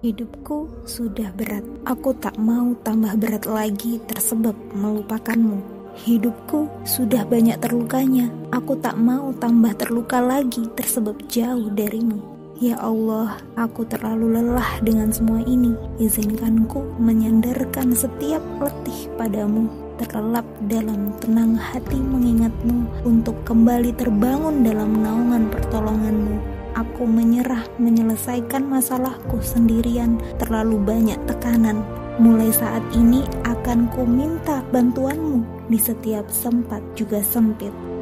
Hidupku sudah berat. Aku tak mau tambah berat lagi tersebab melupakanmu. Hidupku sudah banyak terlukanya. Aku tak mau tambah terluka lagi tersebab jauh darimu. Ya Allah, aku terlalu lelah dengan semua ini. Izinkanku menyandarkan setiap letih padamu, terlelap dalam tenang hati mengingatmu, untuk kembali terbangun dalam naungan pertolonganmu. Aku menyerah menyelesaikan masalahku sendirian, terlalu banyak tekanan. Mulai saat ini akan ku minta bantuanmu di setiap sempat juga sempit.